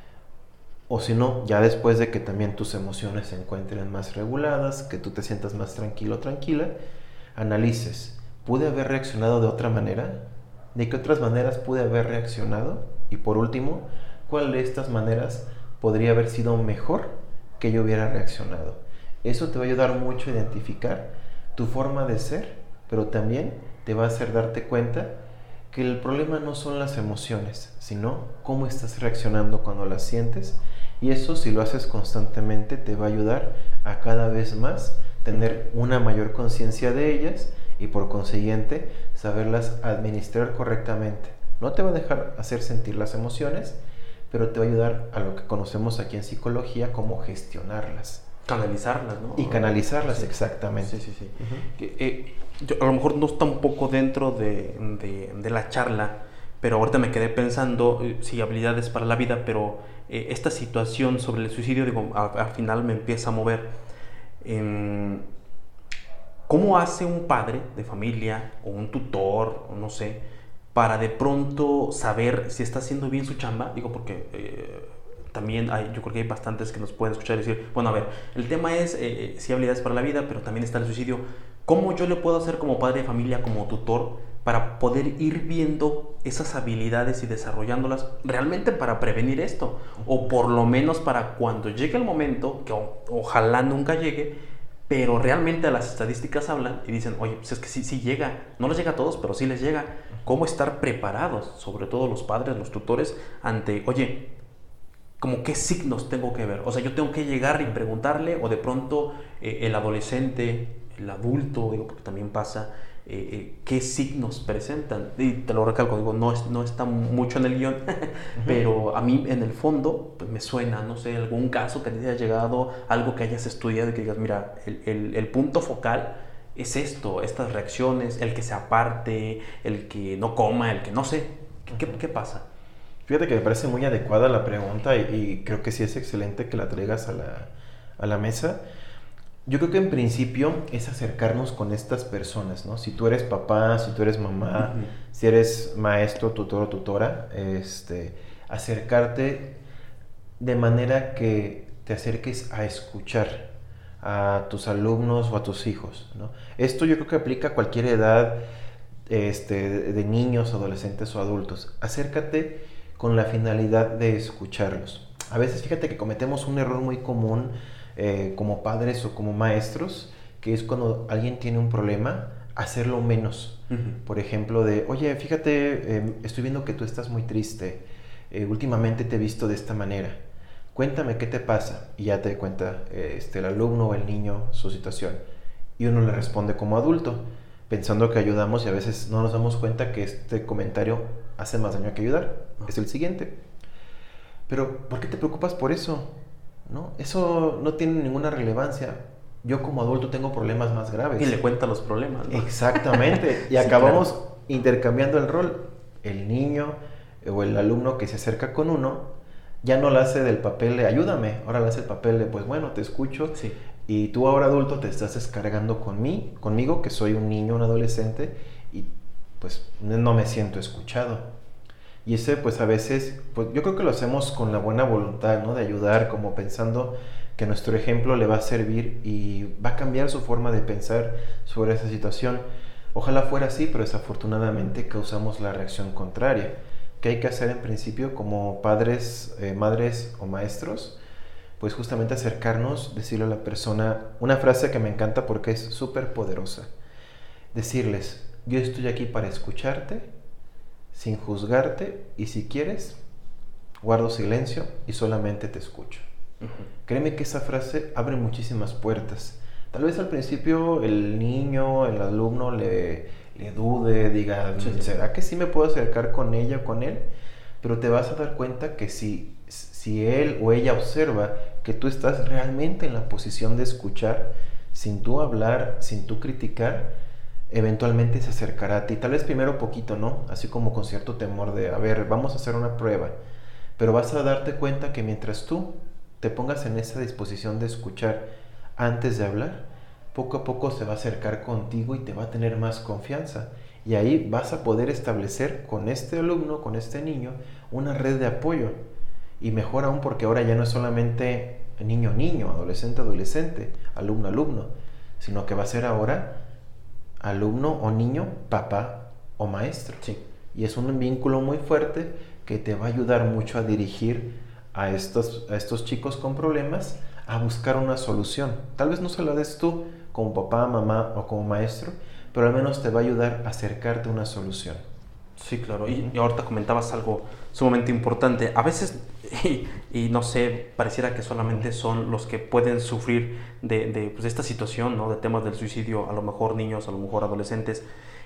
O si no, ya después de que también tus emociones se encuentren más reguladas, que tú te sientas más tranquilo o tranquila, analices, ¿pude haber reaccionado de otra manera? ¿De qué otras maneras pude haber reaccionado? Y por último, ¿cuál de estas maneras podría haber sido mejor que yo hubiera reaccionado. Eso te va a ayudar mucho a identificar tu forma de ser, pero también te va a hacer darte cuenta que el problema no son las emociones, sino cómo estás reaccionando cuando las sientes. Y eso, si lo haces constantemente, te va a ayudar a cada vez más tener una mayor conciencia de ellas y por consiguiente saberlas administrar correctamente. No te va a dejar hacer sentir las emociones, pero te va a ayudar a lo que conocemos aquí en psicología como gestionarlas. Canalizarlas, ¿no? Y canalizarlas, sí. Exactamente. Sí, sí, sí. Uh-huh. Que, eh, yo, a lo mejor no está un poco dentro de, de, de la charla, pero ahorita me quedé pensando, eh, sí, habilidades para la vida, pero eh, esta situación sobre el suicidio, digo, al final me empieza a mover. Eh, ¿Cómo hace un padre de familia o un tutor, o no sé, para de pronto saber si está haciendo bien su chamba? Digo, porque eh, también hay, yo creo que hay bastantes que nos pueden escuchar y decir, bueno, a ver, el tema es eh, sí habilidades para la vida, pero también está el suicidio. ¿Cómo yo le puedo hacer como padre de familia, como tutor, para poder ir viendo esas habilidades y desarrollándolas realmente para prevenir esto? O por lo menos para cuando llegue el momento, que o, ojalá nunca llegue, pero realmente las estadísticas hablan y dicen, oye, pues es que sí, sí llega, no les llega a todos, pero sí les llega. ¿Cómo estar preparados, sobre todo los padres, los tutores, ante, oye, como qué signos tengo que ver? O sea, yo tengo que llegar y preguntarle, o de pronto eh, el adolescente, el adulto, digo, porque también pasa, eh, eh, qué signos presentan. Y te lo recalco, digo, no, es, no está mucho en el guión, uh-huh. Pero a mí en el fondo pues, me suena, no sé, algún caso que te haya llegado, algo que hayas estudiado y que digas, mira, el, el, el punto focal es esto, estas reacciones, el que se aparte, el que no coma, el que no sé, ¿qué, uh-huh. qué pasa? Fíjate que me parece muy adecuada la pregunta y, y creo que sí es excelente que la traigas a la, a la mesa. Yo creo que en principio es acercarnos con estas personas, ¿no? Si tú eres papá, si tú eres mamá, uh-huh. si eres maestro, tutor o tutora, este, acercarte de manera que te acerques a escuchar a tus alumnos o a tus hijos, ¿no? Esto yo creo que aplica a cualquier edad, este, de, de niños, adolescentes o adultos. Acércate con la finalidad de escucharlos. A veces fíjate que cometemos un error muy común eh, como padres o como maestros, que es cuando alguien tiene un problema, hacerlo menos. Uh-huh. Por ejemplo, de, oye, fíjate, eh, estoy viendo que tú estás muy triste, eh, últimamente te he visto de esta manera, cuéntame qué te pasa, y ya te cuenta eh, este, el alumno o el niño su situación, y uno le responde como adulto, pensando que ayudamos y a veces no nos damos cuenta que este comentario hace más daño que ayudar. Uh-huh. Es el siguiente. Pero, ¿por qué te preocupas por eso? ¿No? Eso no tiene ninguna relevancia. Yo como adulto tengo problemas más graves. Y le cuenta los problemas, ¿no? Exactamente. Y sí, acabamos claro. intercambiando el rol. El niño o el alumno que se acerca con uno ya no lo hace del papel de ayúdame, ahora lo hace el papel de pues bueno, te escucho. Sí. Y tú ahora adulto te estás descargando con mí, conmigo, que soy un niño, un adolescente, y pues no me siento escuchado. Y ese pues a veces, pues yo creo que lo hacemos con la buena voluntad, ¿no? De ayudar, como pensando que nuestro ejemplo le va a servir y va a cambiar su forma de pensar sobre esa situación. Ojalá fuera así, pero desafortunadamente causamos la reacción contraria. ¿Qué hay que hacer en principio como padres, eh, madres o maestros? Pues justamente acercarnos, decirle a la persona una frase que me encanta porque es súper poderosa. Decirles, yo estoy aquí para escucharte, sin juzgarte, y si quieres, guardo silencio y solamente te escucho. Uh-huh. Créeme que esa frase abre muchísimas puertas. Tal vez al principio el niño, el alumno le, le dude, diga, sí, sí. ¿será que sí me puedo acercar con ella o con él? Pero te vas a dar cuenta que si, si él o ella observa que tú estás realmente en la posición de escuchar, sin tú hablar, sin tú criticar, eventualmente se acercará a ti, tal vez primero poquito, ¿no? Así como con cierto temor de, a ver, vamos a hacer una prueba, pero vas a darte cuenta que mientras tú te pongas en esa disposición de escuchar antes de hablar, poco a poco se va a acercar contigo y te va a tener más confianza, y ahí vas a poder establecer con este alumno, con este niño, una red de apoyo, y mejor aún porque ahora ya no es solamente niño-niño, adolescente-adolescente, alumno-alumno, sino que va a ser ahora alumno o niño, papá o maestro. Sí. Y es un vínculo muy fuerte que te va a ayudar mucho a dirigir a estos, a estos chicos con problemas a buscar una solución. Tal vez no se la des tú como papá, mamá o como maestro, pero al menos te va a ayudar a acercarte a una solución. Sí, claro. Y, y ahorita comentabas algo sumamente importante. A veces, y, y no sé, pareciera que solamente son los que pueden sufrir de, de pues, esta situación, ¿no? De temas del suicidio, a lo mejor niños, a lo mejor adolescentes,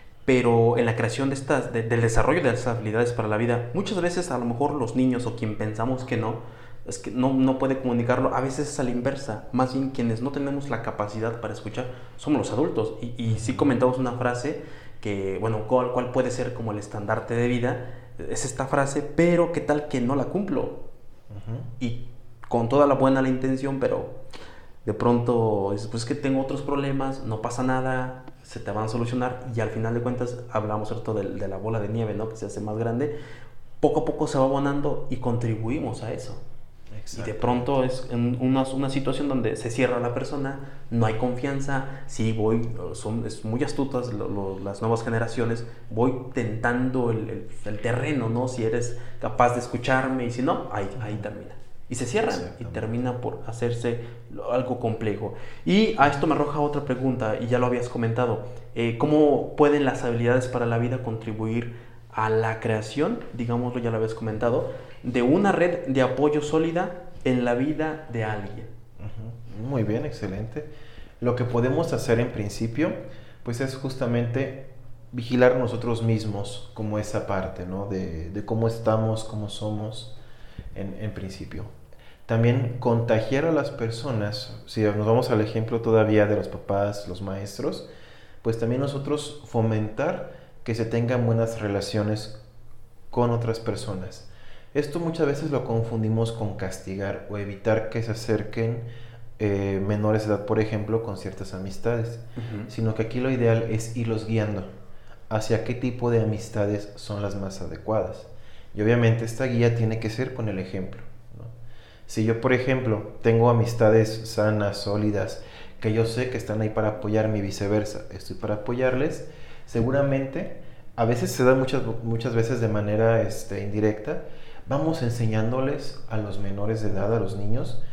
pero en la creación de estas, de, del desarrollo de las habilidades para la vida, muchas veces a lo mejor los niños o quien pensamos que no, es que no, no puede comunicarlo, a veces es a la inversa. Más bien quienes no tenemos la capacidad para escuchar somos los adultos. Y, y sí comentamos una frase que, bueno, ¿cuál, cuál puede ser como el estandarte de vida? Es esta frase, pero ¿qué tal que no la cumplo? Uh-huh. Y con toda la buena la intención, pero de pronto es pues que tengo otros problemas, no pasa nada, se te van a solucionar, y al final de cuentas hablamos cierto de, de la bola de nieve, ¿no? Que se hace más grande, poco a poco se va abonando y contribuimos a eso. Exacto. Y de pronto es una, una situación donde se cierra la persona, no hay confianza. Sí, voy, son es muy astutas lo, lo, las nuevas generaciones, voy tentando el, el, el terreno, ¿no? Si eres capaz de escucharme, y si no, ahí, ahí termina. Y se cierra y termina por hacerse algo complejo. Y a esto me arroja otra pregunta, y ya lo habías comentado. Eh, ¿Cómo pueden las habilidades para la vida contribuir a la creación, digámoslo, ya lo habías comentado, de una red de apoyo sólida en la vida de alguien? Uh-huh. Muy bien, excelente. Lo que podemos hacer en principio, pues es justamente vigilar nosotros mismos como esa parte, ¿no? De, de cómo estamos, cómo somos en, en principio. También contagiar a las personas, si nos vamos al ejemplo todavía de los papás, los maestros, pues también nosotros fomentar que se tengan buenas relaciones con otras personas. Esto muchas veces lo confundimos con castigar o evitar que se acerquen eh, menores de edad, por ejemplo, con ciertas amistades, uh-huh. sino que aquí lo ideal es irlos guiando hacia qué tipo de amistades son las más adecuadas. Y obviamente esta guía tiene que ser con el ejemplo, ¿no? Si yo, por ejemplo, tengo amistades sanas, sólidas, que yo sé que están ahí para apoyarme y viceversa, estoy para apoyarles, seguramente, a veces se da muchas, muchas veces de manera este, indirecta, vamos enseñándoles a los menores de edad, a los niños,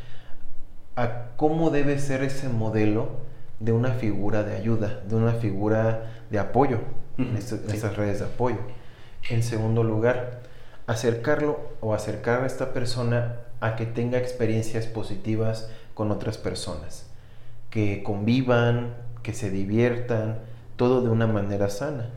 a cómo debe ser ese modelo de una figura de ayuda, de una figura de apoyo, uh-huh. en, este, en sí. estas redes de apoyo. En segundo lugar, acercarlo o acercar a esta persona a que tenga experiencias positivas con otras personas, que convivan, que se diviertan, todo de una manera sana.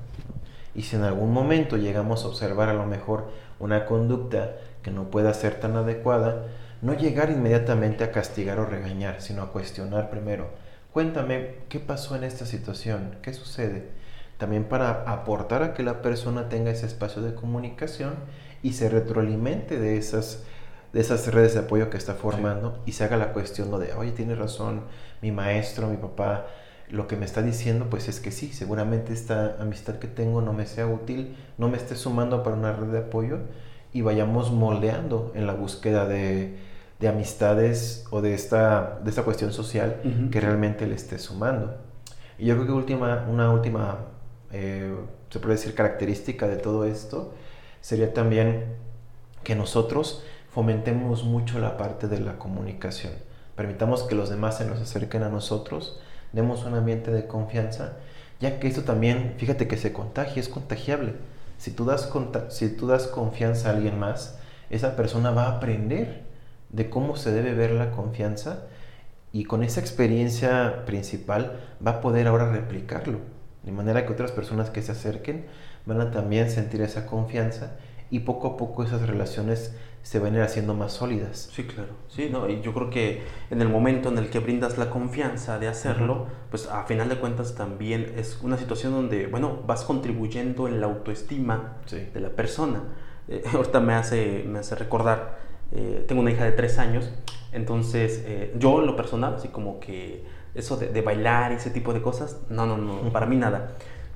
Y si en algún momento llegamos a observar a lo mejor una conducta que no pueda ser tan adecuada, no llegar inmediatamente a castigar o regañar, sino a cuestionar primero. Cuéntame, ¿qué pasó en esta situación? ¿Qué sucede? También para aportar a que la persona tenga ese espacio de comunicación y se retroalimente de esas, de esas redes de apoyo que está formando, sí. y se haga la cuestión de, oye, tiene razón mi maestro, mi papá, lo que me está diciendo, pues es que sí, seguramente esta amistad que tengo no me sea útil, no me esté sumando para una red de apoyo, y vayamos moldeando en la búsqueda de, de amistades o de esta, de esta cuestión social uh-huh. que realmente le esté sumando. Y yo creo que última, una última, eh, se puede decir, característica de todo esto sería también que nosotros fomentemos mucho la parte de la comunicación. Permitamos que los demás se nos acerquen a nosotros, demos un ambiente de confianza, ya que esto también, fíjate que se contagia, es contagiable. Si tú das, si tú das confianza a alguien más, esa persona va a aprender de cómo se debe ver la confianza, y con esa experiencia principal va a poder ahora replicarlo, de manera que otras personas que se acerquen van a también sentir esa confianza, y poco a poco esas relaciones se van a ir haciendo más sólidas. Sí, claro. Sí, ¿no? Y yo creo que en el momento en el que brindas la confianza de hacerlo, uh-huh. pues a final de cuentas también es una situación donde, bueno, vas contribuyendo en la autoestima sí. de la persona. Eh, ahorita me hace, me hace recordar, eh, tengo una hija de tres años, entonces eh, yo en lo personal, así como que eso de, de bailar y ese tipo de cosas, no, no, no, uh-huh. para mí nada.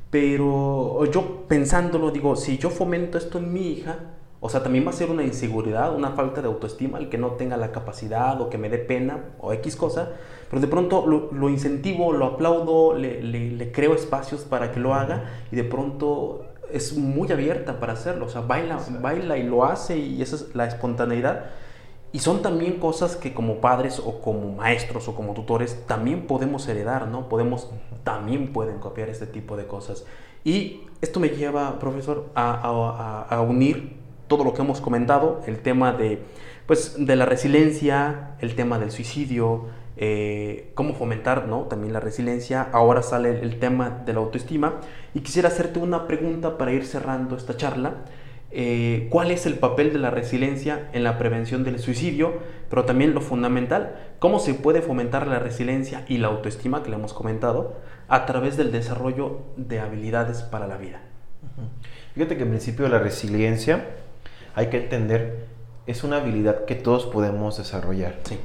Pero yo pensándolo, digo, si yo fomento esto en mi hija, o sea, también va a ser una inseguridad, una falta de autoestima el que no tenga la capacidad o que me dé pena o X cosa, pero de pronto lo, lo incentivo, lo aplaudo, le, le, le creo espacios para que lo haga, y de pronto es muy abierta para hacerlo, o sea, baila, baila y lo hace, y esa es la espontaneidad. y son también cosas que como padres o como maestros o como tutores también podemos heredar, ¿no? Podemos, también pueden copiar este tipo de cosas. Y esto me lleva, profesor, a, a, a unir todo lo que hemos comentado, el tema de, pues, de la resiliencia, el tema del suicidio, eh, cómo fomentar, ¿no?, también la resiliencia. Ahora sale el, el tema de la autoestima y quisiera hacerte una pregunta para ir cerrando esta charla. Eh, ¿Cuál es el papel de la resiliencia en la prevención del suicidio? Pero también lo fundamental, ¿cómo se puede fomentar la resiliencia y la autoestima, que le hemos comentado, a través del desarrollo de habilidades para la vida? Fíjate que en principio la resiliencia, hay que entender, es una habilidad que todos podemos desarrollar. Sí.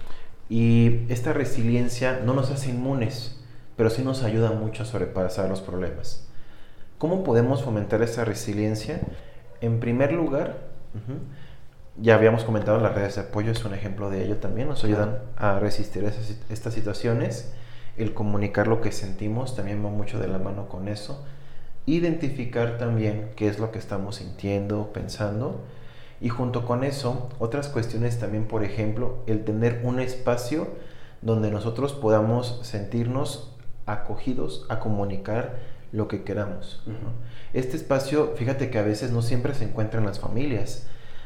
Y esta resiliencia no nos hace inmunes, pero sí nos ayuda mucho a sobrepasar los problemas. ¿Cómo podemos fomentar esa resiliencia? En primer lugar, uh-huh, ya habíamos comentado, las redes de apoyo es un ejemplo de ello también, nos ayudan a resistir esas, estas situaciones. El comunicar lo que sentimos también va mucho de la mano con eso. Identificar también qué es lo que estamos sintiendo, pensando, y junto con eso, otras cuestiones también, por ejemplo, el tener un espacio donde nosotros podamos sentirnos acogidos a comunicar lo que queramos, ¿no? Este espacio, fíjate que a veces no siempre se encuentra en las familias.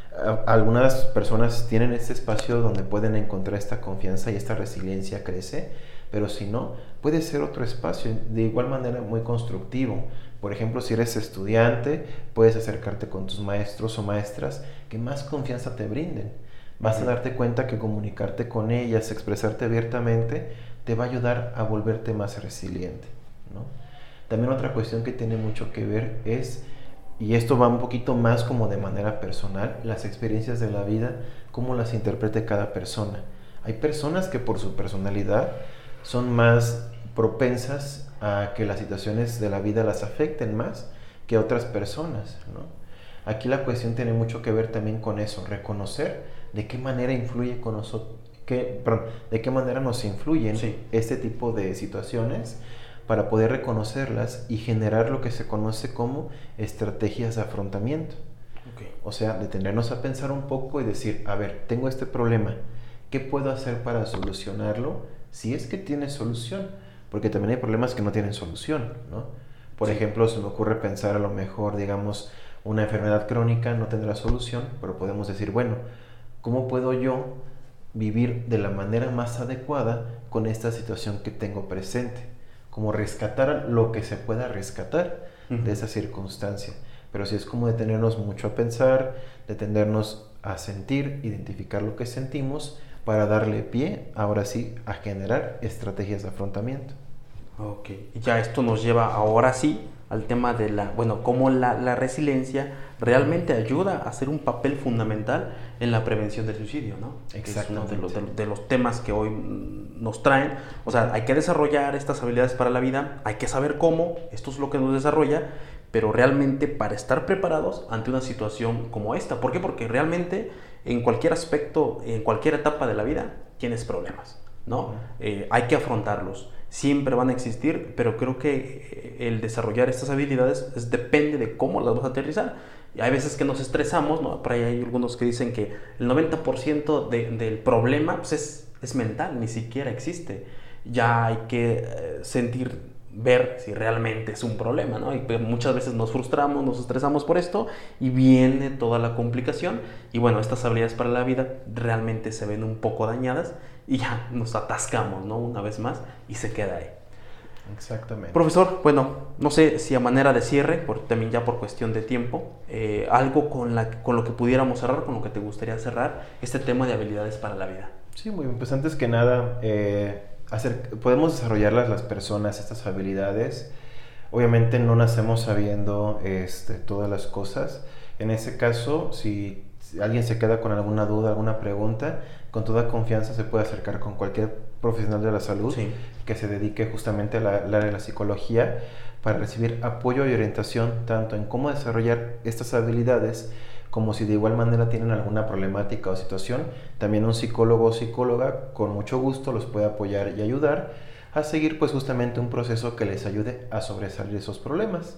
Algunas personas tienen este espacio donde pueden encontrar esta confianza y esta resiliencia crece, pero si no, puede ser otro espacio, de igual manera muy constructivo. Por ejemplo, si eres estudiante, puedes acercarte con tus maestros o maestras que más confianza te brinden. Vas sí. a darte cuenta que comunicarte con ellas, expresarte abiertamente, te va a ayudar a volverte más resiliente, ¿no? También otra cuestión que tiene mucho que ver es, y esto va un poquito más como de manera personal, las experiencias de la vida, cómo las interprete cada persona. Hay personas que por su personalidad son más propensas a que las situaciones de la vida las afecten más que otras personas, ¿no? Aquí la cuestión tiene mucho que ver también con eso, reconocer de qué manera influye con nosotros, qué, perdón, de qué manera nos influyen sí. este tipo de situaciones, para poder reconocerlas y generar lo que se conoce como estrategias de afrontamiento. Okay. O sea, detenernos a pensar un poco y decir, a ver, tengo este problema, ¿qué puedo hacer para solucionarlo? Si es que tiene solución, porque también hay problemas que no tienen solución, ¿no? Por sí. ejemplo, se me ocurre pensar a lo mejor, digamos, una enfermedad crónica no tendrá solución, pero podemos decir, bueno, ¿cómo puedo yo vivir de la manera más adecuada con esta situación que tengo presente? Como rescatar lo que se pueda rescatar uh-huh. de esa circunstancia. Pero sí es como detenernos mucho a pensar, detenernos a sentir, identificar lo que sentimos, para darle pie, ahora sí, a generar estrategias de afrontamiento. Ok, y ya esto nos lleva ahora sí al tema de la, bueno, cómo la, la resiliencia realmente ayuda a hacer un papel fundamental en la prevención del suicidio, ¿no? Exactamente. Es uno de los, de, de los temas que hoy nos traen. O sea, hay que desarrollar estas habilidades para la vida, hay que saber cómo, esto es lo que nos desarrolla, pero realmente para estar preparados ante una situación como esta. ¿Por qué? Porque realmente en cualquier aspecto, en cualquier etapa de la vida, tienes problemas, ¿no? Uh-huh. Eh, hay que afrontarlos. Siempre van a existir, pero creo que el desarrollar estas habilidades es, depende de cómo las vas a aterrizar. Y hay veces que nos estresamos, ¿no? Por ahí hay algunos que dicen que el noventa por ciento de, del problema pues es, es mental, ni siquiera existe. Ya hay que eh, sentir, ver si realmente es un problema, ¿no? Y muchas veces nos frustramos, nos estresamos por esto y viene toda la complicación. Y bueno, estas habilidades para la vida realmente se ven un poco dañadas y ya nos atascamos, ¿no? Una vez más y se queda ahí. Exactamente. Profesor, bueno, no sé si a manera de cierre, por, también ya por cuestión de tiempo, eh, algo con, la, con lo que pudiéramos cerrar, con lo que te gustaría cerrar, este tema de habilidades para la vida. Sí, muy bien. Pues antes que nada, eh, hacer, podemos desarrollarlas las personas, estas habilidades. Obviamente no nacemos sabiendo este, todas las cosas. En ese caso, si, si alguien se queda con alguna duda, alguna pregunta, con toda confianza se puede acercar con cualquier profesional de la salud sí. que se dedique justamente al área de la psicología para recibir apoyo y orientación tanto en cómo desarrollar estas habilidades como si de igual manera tienen alguna problemática o situación, también un psicólogo o psicóloga con mucho gusto los puede apoyar y ayudar a seguir pues justamente un proceso que les ayude a sobresalir esos problemas.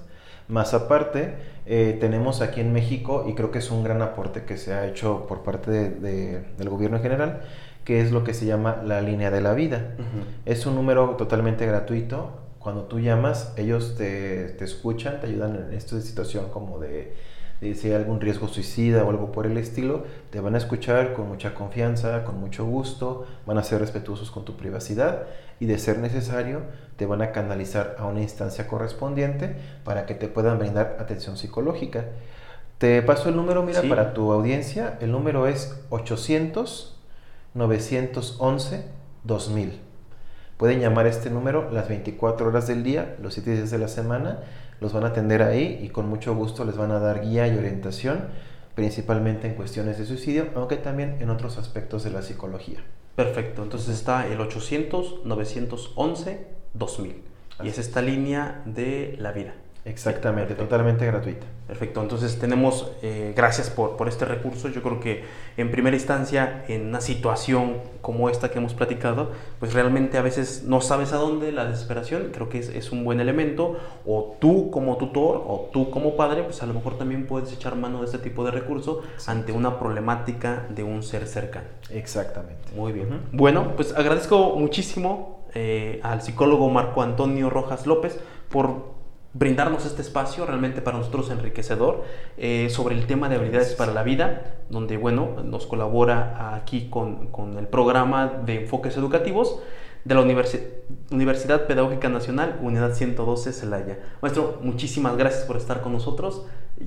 Más aparte, eh, tenemos aquí en México, y creo que es un gran aporte que se ha hecho por parte de, de, del gobierno en general, que es lo que se llama la línea de la vida. Uh-huh. Es un número totalmente gratuito. Cuando tú llamas, ellos te, te escuchan, te ayudan en esta situación como de, de si hay algún riesgo suicida o algo por el estilo, te van a escuchar con mucha confianza, con mucho gusto, van a ser respetuosos con tu privacidad y, de ser necesario, te van a canalizar a una instancia correspondiente para que te puedan brindar atención psicológica. Te paso el número, mira, sí, para tu audiencia. El número es ochocientos, novecientos once, dos mil. Pueden llamar a este número las veinticuatro horas del día, los siete días de la semana. Los van a atender ahí y con mucho gusto les van a dar guía y orientación, principalmente en cuestiones de suicidio, aunque también en otros aspectos de la psicología. Perfecto, entonces está el ochocientos, novecientos once, dos mil. Y es esta línea de la vida. Exactamente, totalmente gratuita. Perfecto, entonces tenemos, eh, gracias por, por este recurso. Yo creo que en primera instancia, en una situación como esta que hemos platicado, pues realmente a veces no sabes a dónde, la desesperación, creo que es, es un buen elemento. O tú como tutor o tú como padre, pues a lo mejor también puedes echar mano de este tipo de recurso ante una problemática de un ser cercano. Exactamente. Muy bien. Uh-huh. Bueno, pues agradezco muchísimo eh, al psicólogo Marco Antonio Rojas López por brindarnos este espacio realmente para nosotros enriquecedor eh, sobre el tema de habilidades para la vida, donde bueno, nos colabora aquí con, con el programa de enfoques educativos de la Universi- Universidad Pedagógica Nacional, Unidad ciento doce, Celaya. Maestro, muchísimas gracias por estar con nosotros.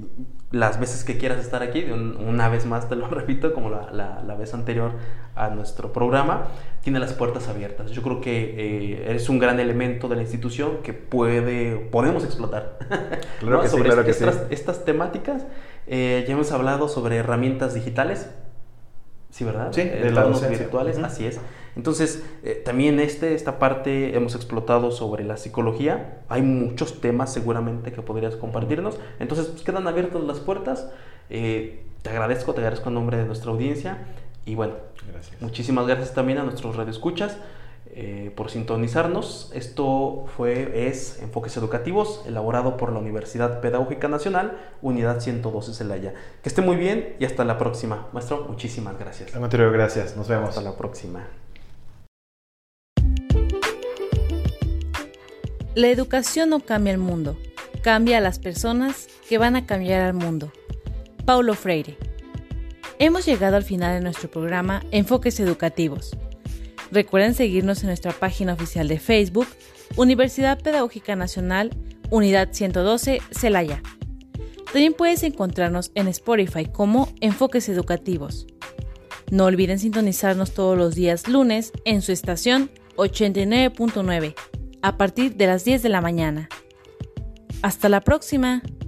Las veces que quieras estar aquí, una vez más te lo repito, como la, la, la vez anterior a nuestro programa, tiene las puertas abiertas. Yo creo que eh, eres un gran elemento de la institución que puede, podemos explotar. Claro, ¿no? que sobre sí, claro que estas, sí. estas temáticas. Eh, ya hemos hablado sobre herramientas digitales. Sí, ¿verdad? Sí, eh, de la entornos docencia. virtuales, Uh-huh. Así es. Entonces, eh, también este, esta parte hemos explotado sobre la psicología. Hay muchos temas seguramente que podrías compartirnos. Entonces, pues, quedan abiertas las puertas. Eh, te agradezco, te agradezco en nombre de nuestra audiencia. Y bueno, gracias. Muchísimas gracias también a nuestros radioescuchas eh, por sintonizarnos. Esto fue, es Enfoques Educativos, elaborado por la Universidad Pedagógica Nacional, Unidad ciento doce, Celaya. Que esté muy bien y hasta la próxima. Maestro, muchísimas gracias. Al contrario, gracias. Nos vemos. Hasta la próxima. La educación no cambia el mundo, cambia a las personas que van a cambiar al mundo. Paulo Freire. Hemos llegado al final de nuestro programa Enfoques Educativos. Recuerden seguirnos en nuestra página oficial de Facebook, Universidad Pedagógica Nacional, Unidad ciento doce, Celaya. También puedes encontrarnos en Spotify como Enfoques Educativos. No olviden sintonizarnos todos los días lunes en su estación ochenta y nueve punto nueve, a partir de las diez de la mañana. ¡Hasta la próxima!